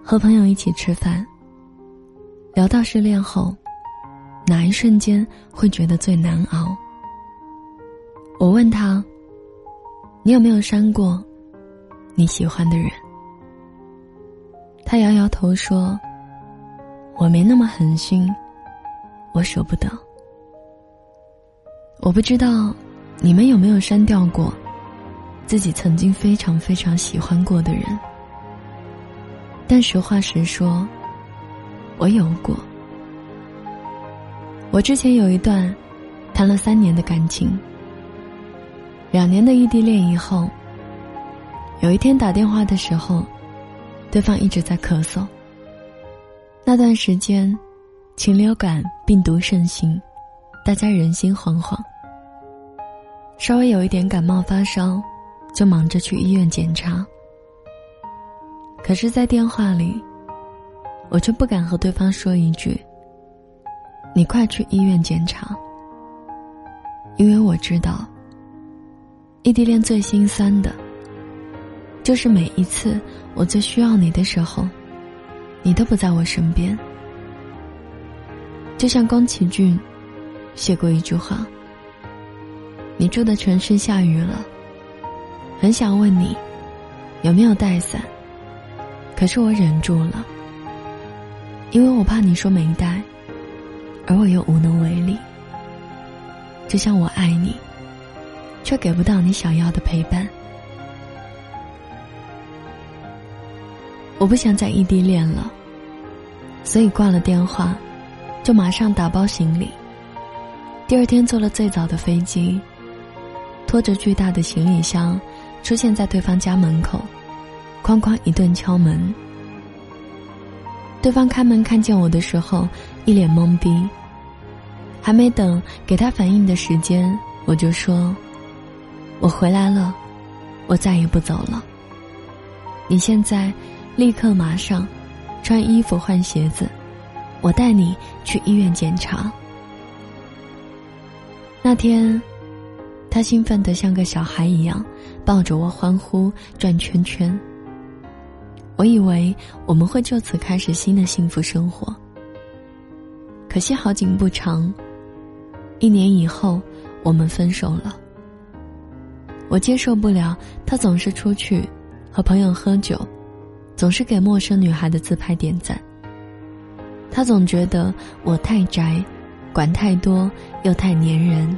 和朋友一起吃饭，聊到失恋后哪一瞬间会觉得最难熬。我问他，你有没有删过你喜欢的人？他摇摇头说，我没那么狠心，我舍不得。我不知道你们有没有删掉过自己曾经非常非常喜欢过的人，但实话实说，我有过。我之前有一段谈了3年的感情，2年的异地恋以后，有一天打电话的时候，对方一直在咳嗽。那段时间禽流感病毒盛行，大家人心惶惶，稍微有一点感冒发烧就忙着去医院检查。可是在电话里，我却不敢和对方说一句，你快去医院检查。因为我知道异地恋最心酸的就是每一次我最需要你的时候，你都不在我身边。就像宫崎骏写过一句话，你住的城市下雨了，很想问你有没有带伞，可是我忍住了，因为我怕你说没带，而我又无能为力。就像我爱你，却给不到你想要的陪伴。我不想再异地恋了，所以挂了电话就马上打包行李，第2天坐了最早的飞机，拖着巨大的行李箱出现在对方家门口，哐哐一顿敲门。对方开门看见我的时候一脸懵逼，还没等给他反应的时间，我就说，我回来了，我再也不走了，你现在立刻马上穿衣服换鞋子，我带你去医院检查。那天他兴奋得像个小孩一样抱着我欢呼转圈圈，我以为我们会就此开始新的幸福生活。可惜好景不长，1年以后我们分手了。我接受不了他总是出去和朋友喝酒，总是给陌生女孩的自拍点赞。他总觉得我太宅，管太多又太粘人。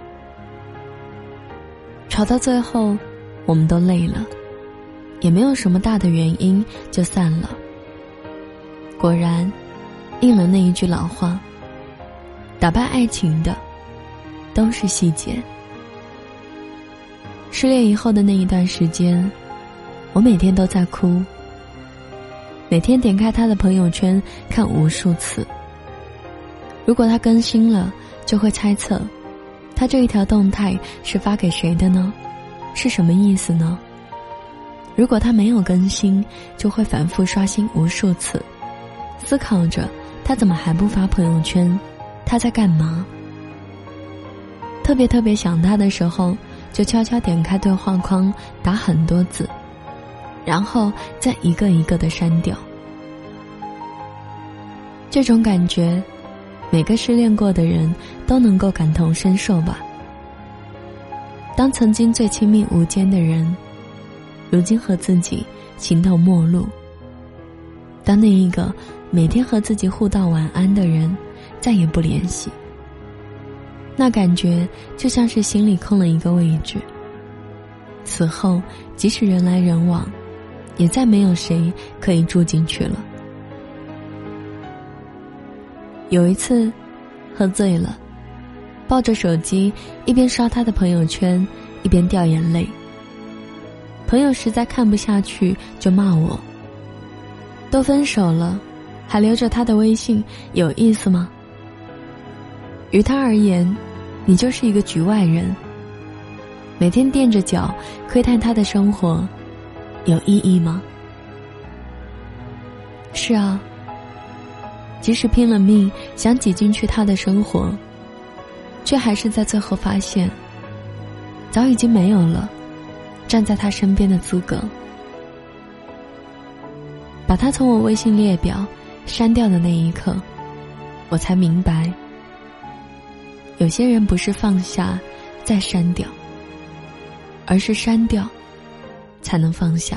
吵到最后我们都累了，也没有什么大的原因就散了。果然应了那一句老话，打败爱情的都是细节。失恋以后的那一段时间，我每天都在哭，每天点开他的朋友圈看无数次。如果他更新了，就会猜测他这一条动态是发给谁的呢？是什么意思呢？如果他没有更新，就会反复刷新无数次，思考着他怎么还不发朋友圈，他在干嘛。特别想他的时候，就悄悄点开对话框打很多字，然后再一个一个的删掉。这种感觉每个失恋过的人都能够感同身受吧。当曾经最亲密无间的人如今和自己形同陌路，当那一个每天和自己互道晚安的人再也不联系，那感觉就像是心里空了一个位置，此后即使人来人往，也再没有谁可以住进去了。有一次喝醉了，抱着手机一边刷他的朋友圈一边掉眼泪。朋友实在看不下去就骂我，都分手了还留着他的微信，有意思吗？于他而言，你就是一个局外人，每天垫着脚窥探他的生活，有意义吗？是啊，即使拼了命想挤进去他的生活，却还是在最后发现早已经没有了站在他身边的资格。 把他从我微信列表删掉的那一刻，我才明白，有些人不是放下再删掉，而是删掉才能放下。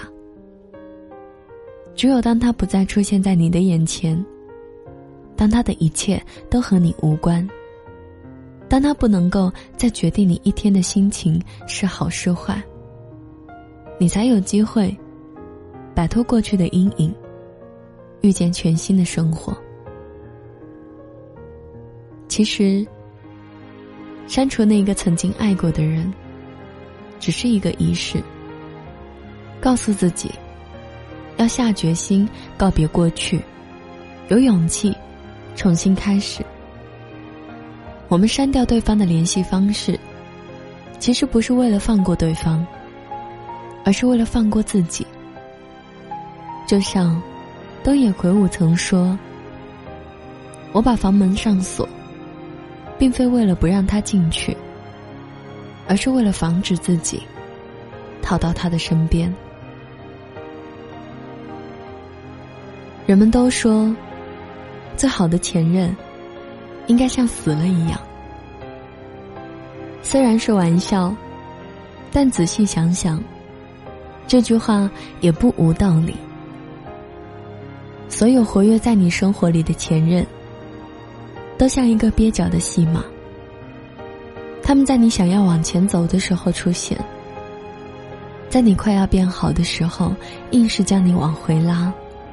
只有当他不再出现在你的眼前，当他的一切都和你无关，当他不能够再决定你一天的心情是好是坏，你才有机会摆脱过去的阴影，遇见全新的生活。其实删除那个曾经爱过的人，只是一个仪式，告诉自己要下决心告别过去，有勇气重新开始。我们删掉对方的联系方式，其实不是为了放过对方，而是为了放过自己。就像东野圭吾曾说，我把房门上锁，并非为了不让他进去，而是为了防止自己逃到他的身边。人们都说，最好的前任应该像死了一样。虽然是玩笑，但仔细想想，这句话也不无道理。所有活跃在你生活里的前任，都像一个蹩脚的戏码，他们在你想要往前走的时候出现，在你快要变好的时候，硬是将你往回拉。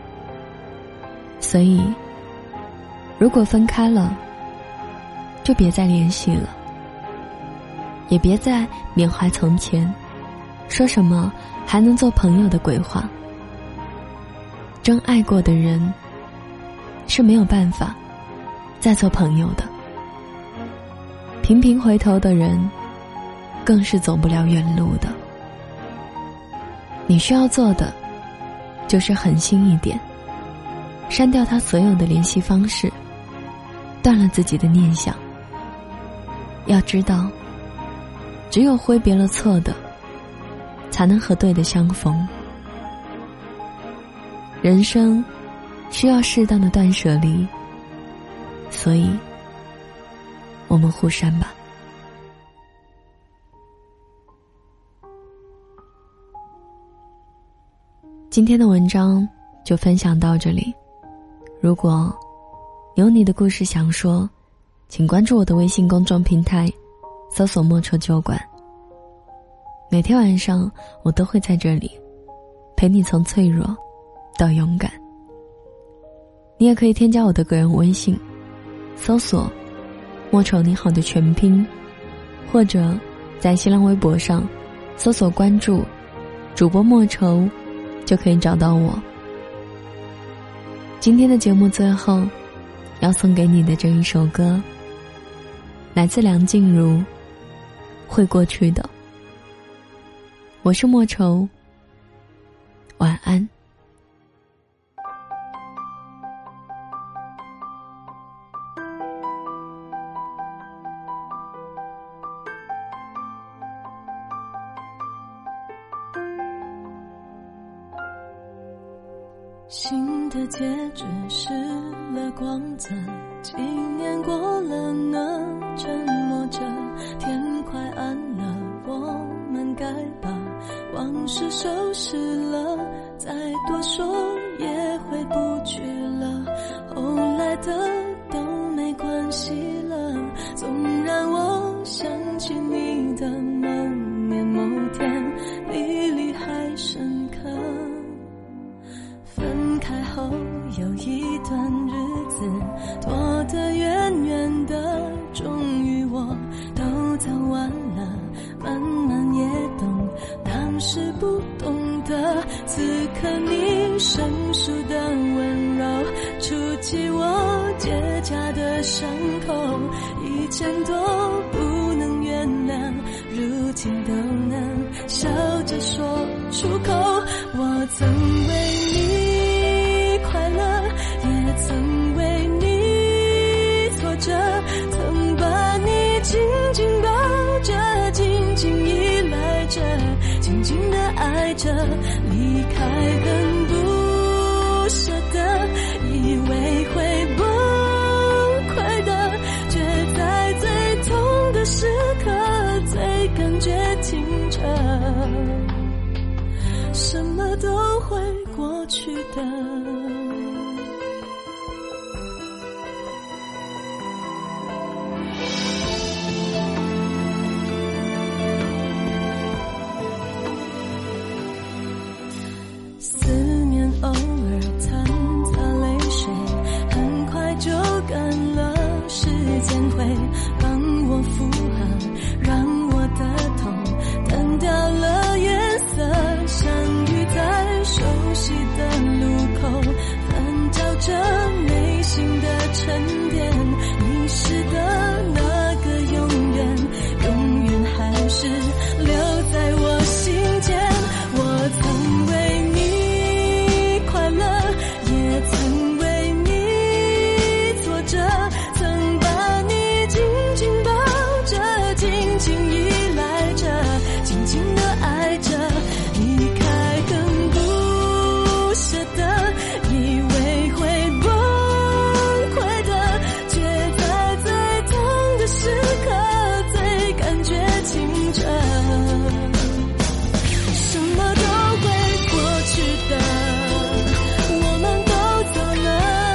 所以如果分开了，就别再联系了，也别再缅怀从前，说什么还能做朋友的鬼话。真爱过的人是没有办法再做朋友的，频频回头的人更是走不了远路的。你需要做的就是狠心一点，删掉他所有的联系方式，断了自己的念想。要知道，只有挥别了错的，才能和对的相逢。人生需要适当的断舍离，所以我们互删吧。今天的文章就分享到这里，如果有你的故事想说，请关注我的微信公众平台，搜索莫愁酒馆。每天晚上我都会在这里陪你从脆弱到勇敢。你也可以添加我的个人微信，搜索莫愁你好的全拼，或者在新浪微博上搜索关注主播莫愁，就可以找到我。今天的节目最后要送给你的这一首歌，来自梁静茹，会过去的。我是莫愁，晚安。 新的戒指失了光泽，几年过了呢，沉默着，天快暗了，我们该把往事收拾了，再多说也回不去了，后来的都没关系了，总让我想起你的某年某天，历历还深刻。分开后有一段日子躲得远远的，终于我都走完了，慢慢也懂当时不懂的，此刻你生疏的温柔触及我结痂的伤口，以前都不能原谅，如今都能笑着说出口。我曾为你快乐，也曾为你挫折，曾把你紧紧抱着，紧紧依赖着，紧紧地爱着，离开很不舍会过去的。思念偶尔掺杂泪水，很快就干了，时间会帮我复合，让我的痛淡掉了颜色。相遇在熟悉的路口，翻找着内心的沉淀，遗失的那个永远，永远还是留在我心间。我曾为你快乐，也曾为你挫折，曾把你紧紧抱着，紧紧依赖着，紧紧地爱着，离开很不舍得，以为会崩溃的，却在最痛的时刻最感觉清澈。什么都会过去的，我们都走了，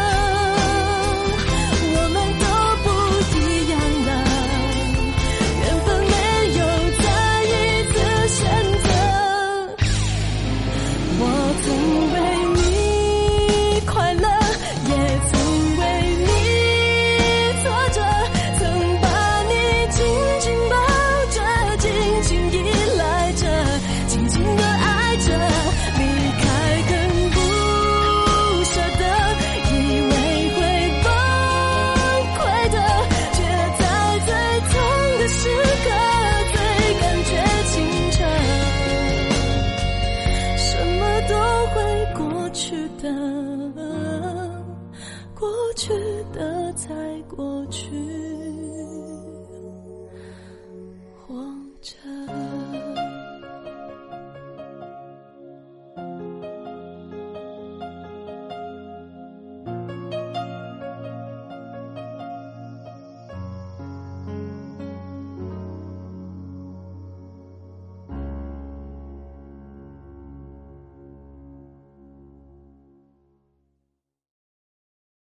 我们都不一样了，缘分没有再一次选择。我曾为你快乐，也曾为你挫折，曾把你紧紧抱着，紧紧依赖着，紧紧地爱着，离开更不舍得，以为会崩溃的，却在最痛的时刻最感觉清澈。什么都会过去的，过去的才过去，活着。